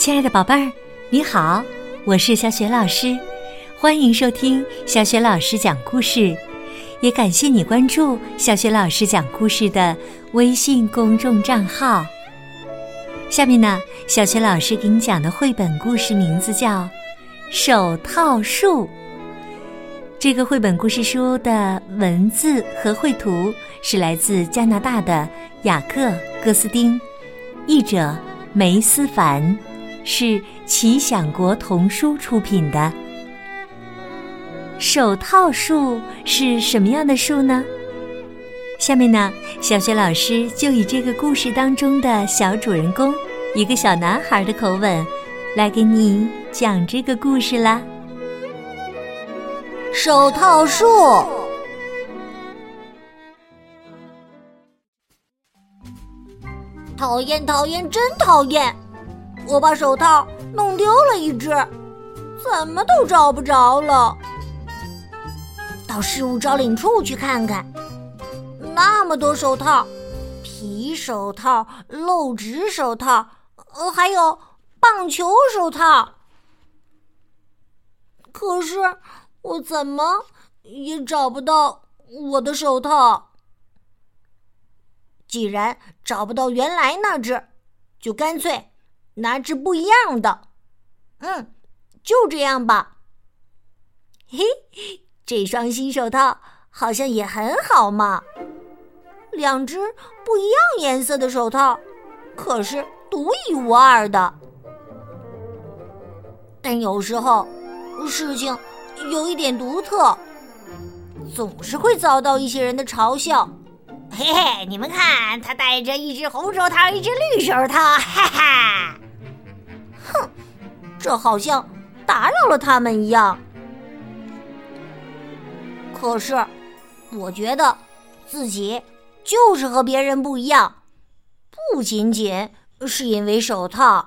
亲爱的宝贝儿，你好，我是小雪老师，欢迎收听小雪老师讲故事，也感谢你关注小雪老师讲故事的微信公众账号。下面呢，小雪老师给你讲的绘本故事名字叫《手套树》。这个绘本故事书的文字和绘图是来自加拿大的雅克·戈斯丁，译者梅思凡，是奇想国童书出品的。手套树是什么样的树呢？下面呢，小雪老师就以这个故事当中的小主人公，一个小男孩的口吻，来给你讲这个故事啦。 手套树。讨厌讨厌，真讨厌！我把手套弄丢了一只，怎么都找不着了。到事务招领处去看看，那么多手套，皮手套、露指手套，还有棒球手套。可是我怎么也找不到我的手套。既然找不到原来那只，就干脆拿只不一样的。就这样吧。嘿，这双新手套好像也很好嘛。两只不一样颜色的手套，可是独一无二的。但有时候事情有一点独特，总是会遭到一些人的嘲笑。嘿嘿，你们看，他戴着一只红手套，一只绿手套，哈哈！哼，这好像打扰了他们一样。可是，我觉得自己就是和别人不一样，不仅仅是因为手套。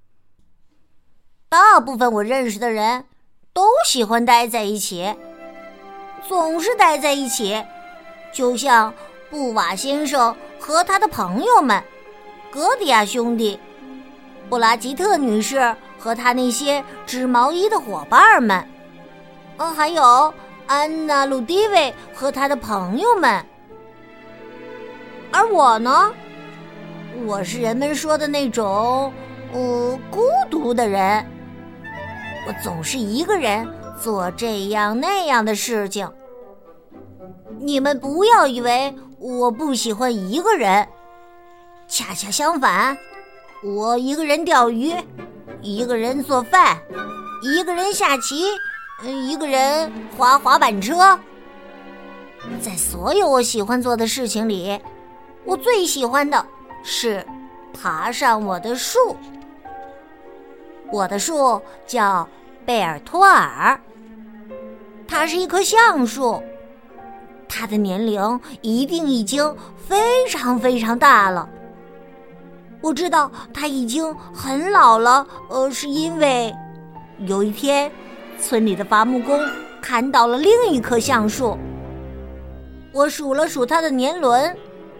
大部分我认识的人都喜欢待在一起，总是待在一起，就像布瓦先生和他的朋友们，格迪亚兄弟，布拉吉特女士和她那些织毛衣的伙伴们，还有安娜·鲁迪维和她的朋友们。而我呢，我是人们说的那种孤独的人，我总是一个人做这样那样的事情。你们不要以为我不喜欢一个人，恰恰相反，我一个人钓鱼，一个人做饭，一个人下棋，一个人滑滑板车。在所有我喜欢做的事情里，我最喜欢的是爬上我的树。我的树叫贝尔托尔，它是一棵橡树，它的年龄一定已经非常非常大了。我知道它已经很老了，是因为有一天村里的伐木工砍倒了另一棵橡树。我数了数它的年轮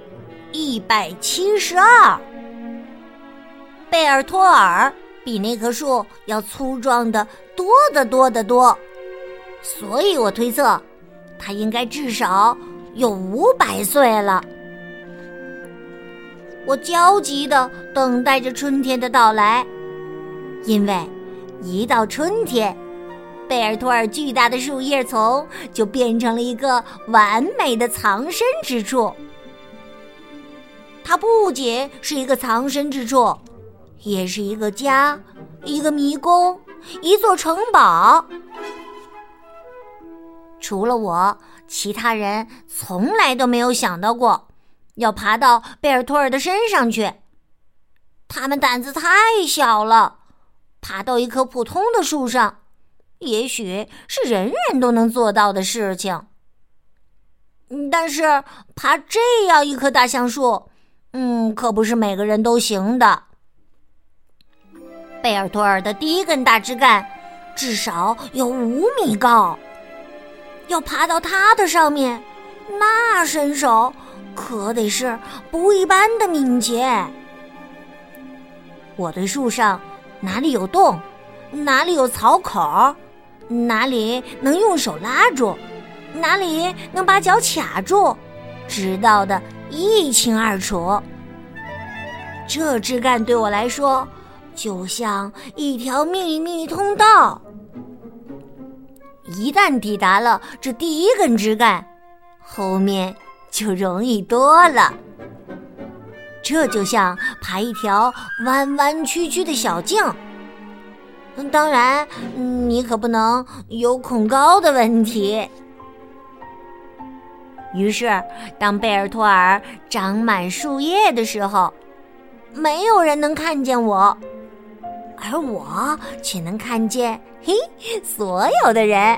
，172。贝尔托尔比那棵树要粗壮的多得多得多，所以我推测他应该至少有500岁了。我焦急地等待着春天的到来，因为一到春天，贝尔托尔巨大的树叶丛就变成了一个完美的藏身之处。它不仅是一个藏身之处，也是一个家，一个迷宫，一座城堡。除了我，其他人从来都没有想到过要爬到贝尔托尔的身上去。他们胆子太小了，爬到一棵普通的树上，也许是人人都能做到的事情。但是爬这样一棵大橡树，可不是每个人都行的。贝尔托尔的第一根大枝干至少有5米高，要爬到它的上面，那身手可得是不一般的敏捷。我对树上哪里有洞，哪里有槽口，哪里能用手拉住，哪里能把脚卡住，知道的一清二楚。这枝干对我来说就像一条秘密通道，一旦抵达了这第一根枝干，后面就容易多了。这就像爬一条弯弯曲曲的小径，当然你可不能有恐高的问题。于是当贝尔托尔长满树叶的时候，没有人能看见我，而我却能看见所有的人。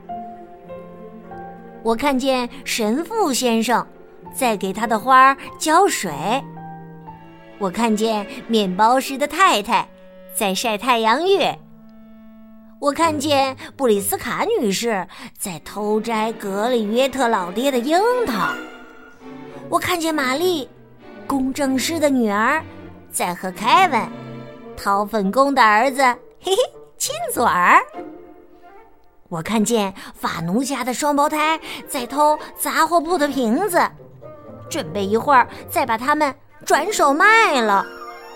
我看见神父先生在给他的花浇水，我看见面包师的太太在晒太阳浴，我看见布里斯卡女士在偷摘格里约特老爹的樱桃，我看见玛丽公证师的女儿在和凯文掏粪工的儿子亲嘴儿，我看见法奴家的双胞胎在偷杂货铺的瓶子，准备一会儿再把它们转手卖了。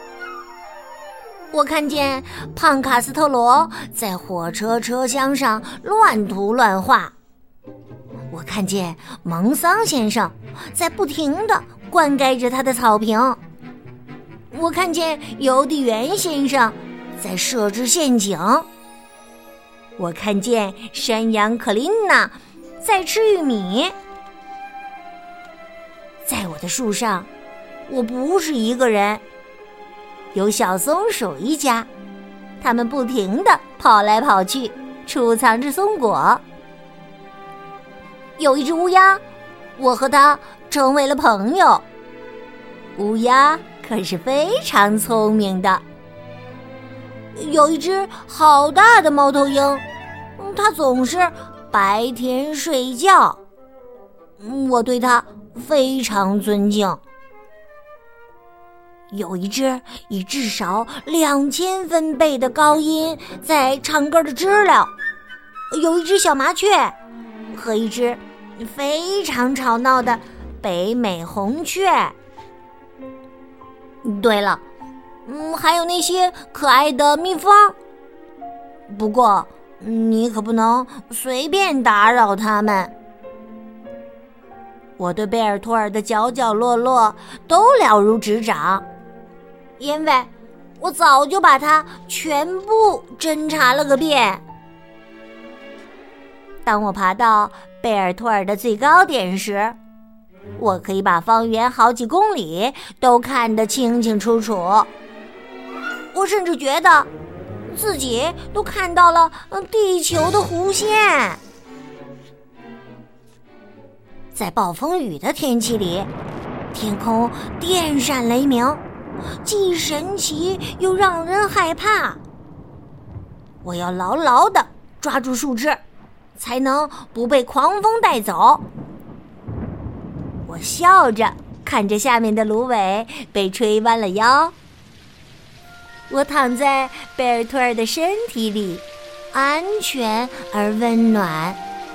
我看见胖卡斯特罗在火车车厢上乱涂乱画，我看见蒙桑先生在不停地灌溉着他的草坪，我看见邮递员先生在设置陷阱，我看见山羊克琳娜在吃玉米。在我的树上，我不是一个人，有小松鼠一家，它们不停地跑来跑去，储藏着松果。有一只乌鸦，我和它成为了朋友。乌鸦可是非常聪明的。有一只好大的猫头鹰，它总是白天睡觉，我对它非常尊敬。有一只以至少2000分贝的高音在唱歌的知了，有一只小麻雀和一只非常吵闹的北美红雀。对了，还有那些可爱的蜜蜂。不过你可不能随便打扰它们。我对贝尔托尔的角角落落都了如指掌，因为我早就把它全部侦查了个遍。当我爬到贝尔托尔的最高点时，我可以把方圆好几公里都看得清清楚楚。我甚至觉得自己都看到了地球的弧线。在暴风雨的天气里，天空电闪雷鸣，既神奇又让人害怕。我要牢牢地抓住树枝，才能不被狂风带走。我笑着看着下面的芦苇被吹弯了腰。我躺在贝尔托尔的身体里，安全而温暖。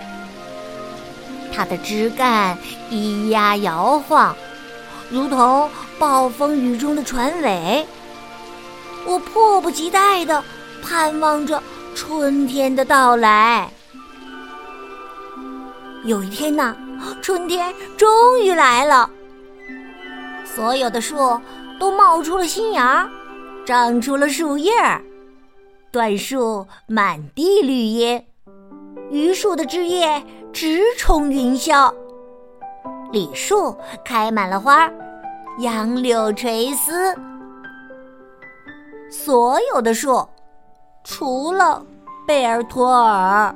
它的枝干咿呀摇晃，如同暴风雨中的船尾。我迫不及待地盼望着春天的到来。有一天呢，春天终于来了，所有的树都冒出了新芽，长出了树叶，椴树满地绿荫，榆树的枝叶直冲云霄，李树开满了花，杨柳垂丝。所有的树，除了贝尔托尔。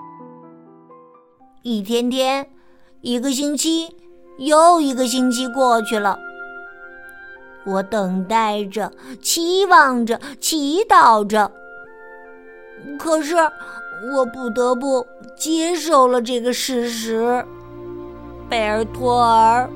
一天天，一个星期又一个星期过去了，我等待着，期望着，祈祷着。可是我不得不接受了这个事实，贝尔托尔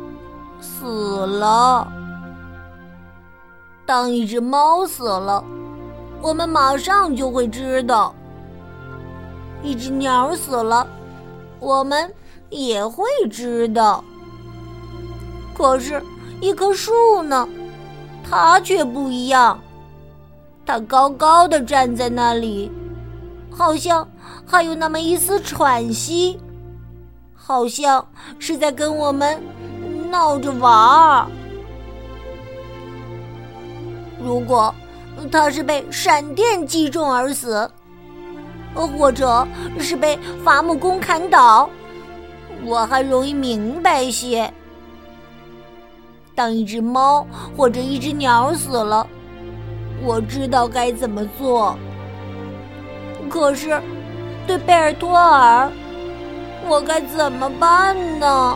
死了。当一只猫死了， 我们马上就会知道。一只鸟死了，我们也会知道。可是，一棵树呢？它却不一样。它高高地站在那里，好像还有那么一丝喘息，好像是在跟我们闹着玩儿。如果他是被闪电击中而死，或者是被伐木工砍倒，我还容易明白些。当一只猫或者一只鸟死了，我知道该怎么做。可是对贝尔托尔，我该怎么办呢？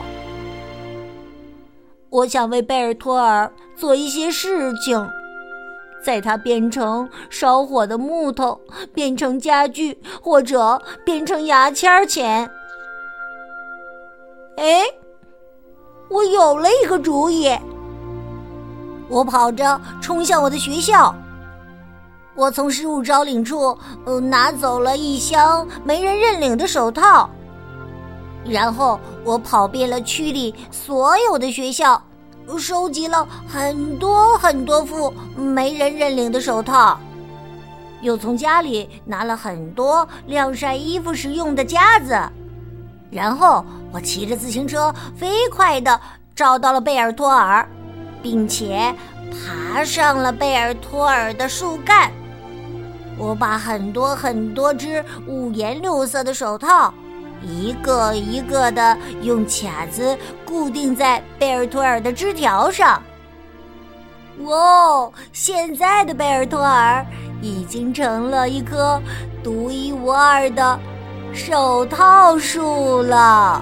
我想为贝尔托尔做一些事情，在他变成烧火的木头，变成家具，或者变成牙签前。哎，我有了一个主意。我跑着冲向我的学校，我从失物招领处拿走了一箱没人认领的手套，然后我跑遍了区里所有的学校，收集了很多很多副没人认领的手套，又从家里拿了很多晾晒衣服时用的夹子，然后我骑着自行车飞快地找到了贝尔托尔，并且爬上了贝尔托尔的树干。我把很多很多只五颜六色的手套一个一个的用卡子固定在贝尔托尔的枝条上。哇，现在的贝尔托尔已经成了一棵独一无二的手套树了。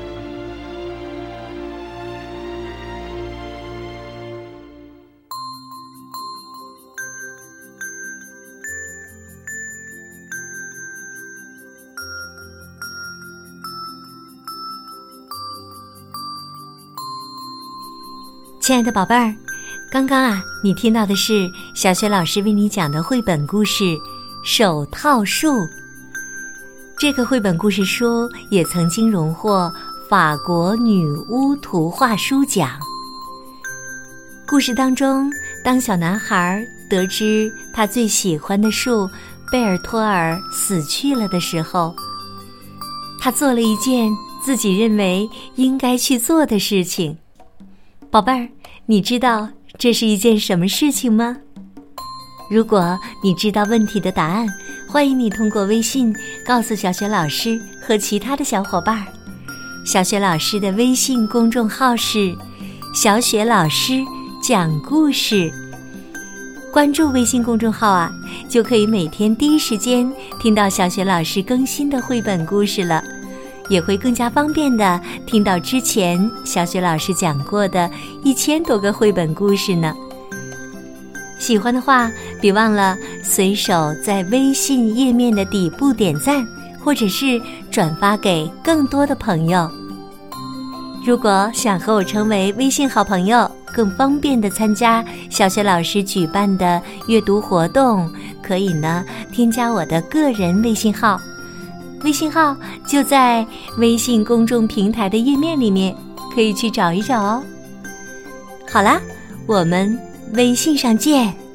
亲爱的宝贝儿，刚刚你听到的是小雪老师为你讲的绘本故事《手套树》。这个绘本故事书也曾经荣获法国女巫图画书奖。故事当中，当小男孩得知他最喜欢的树贝尔托尔死去了的时候，他做了一件自己认为应该去做的事情。宝贝儿，你知道这是一件什么事情吗？如果你知道问题的答案，欢迎你通过微信告诉小雪老师和其他的小伙伴。小雪老师的微信公众号是小雪老师讲故事，关注微信公众号就可以每天第一时间听到小雪老师更新的绘本故事了，也会更加方便地听到之前小雪老师讲过的1000多个绘本故事呢。喜欢的话，别忘了随手在微信页面的底部点赞，或者是转发给更多的朋友。如果想和我成为微信好朋友，更方便地参加小雪老师举办的阅读活动，可以呢添加我的个人微信号，微信号就在微信公众平台的页面里面，可以去找一找哦。好啦，我们微信上见。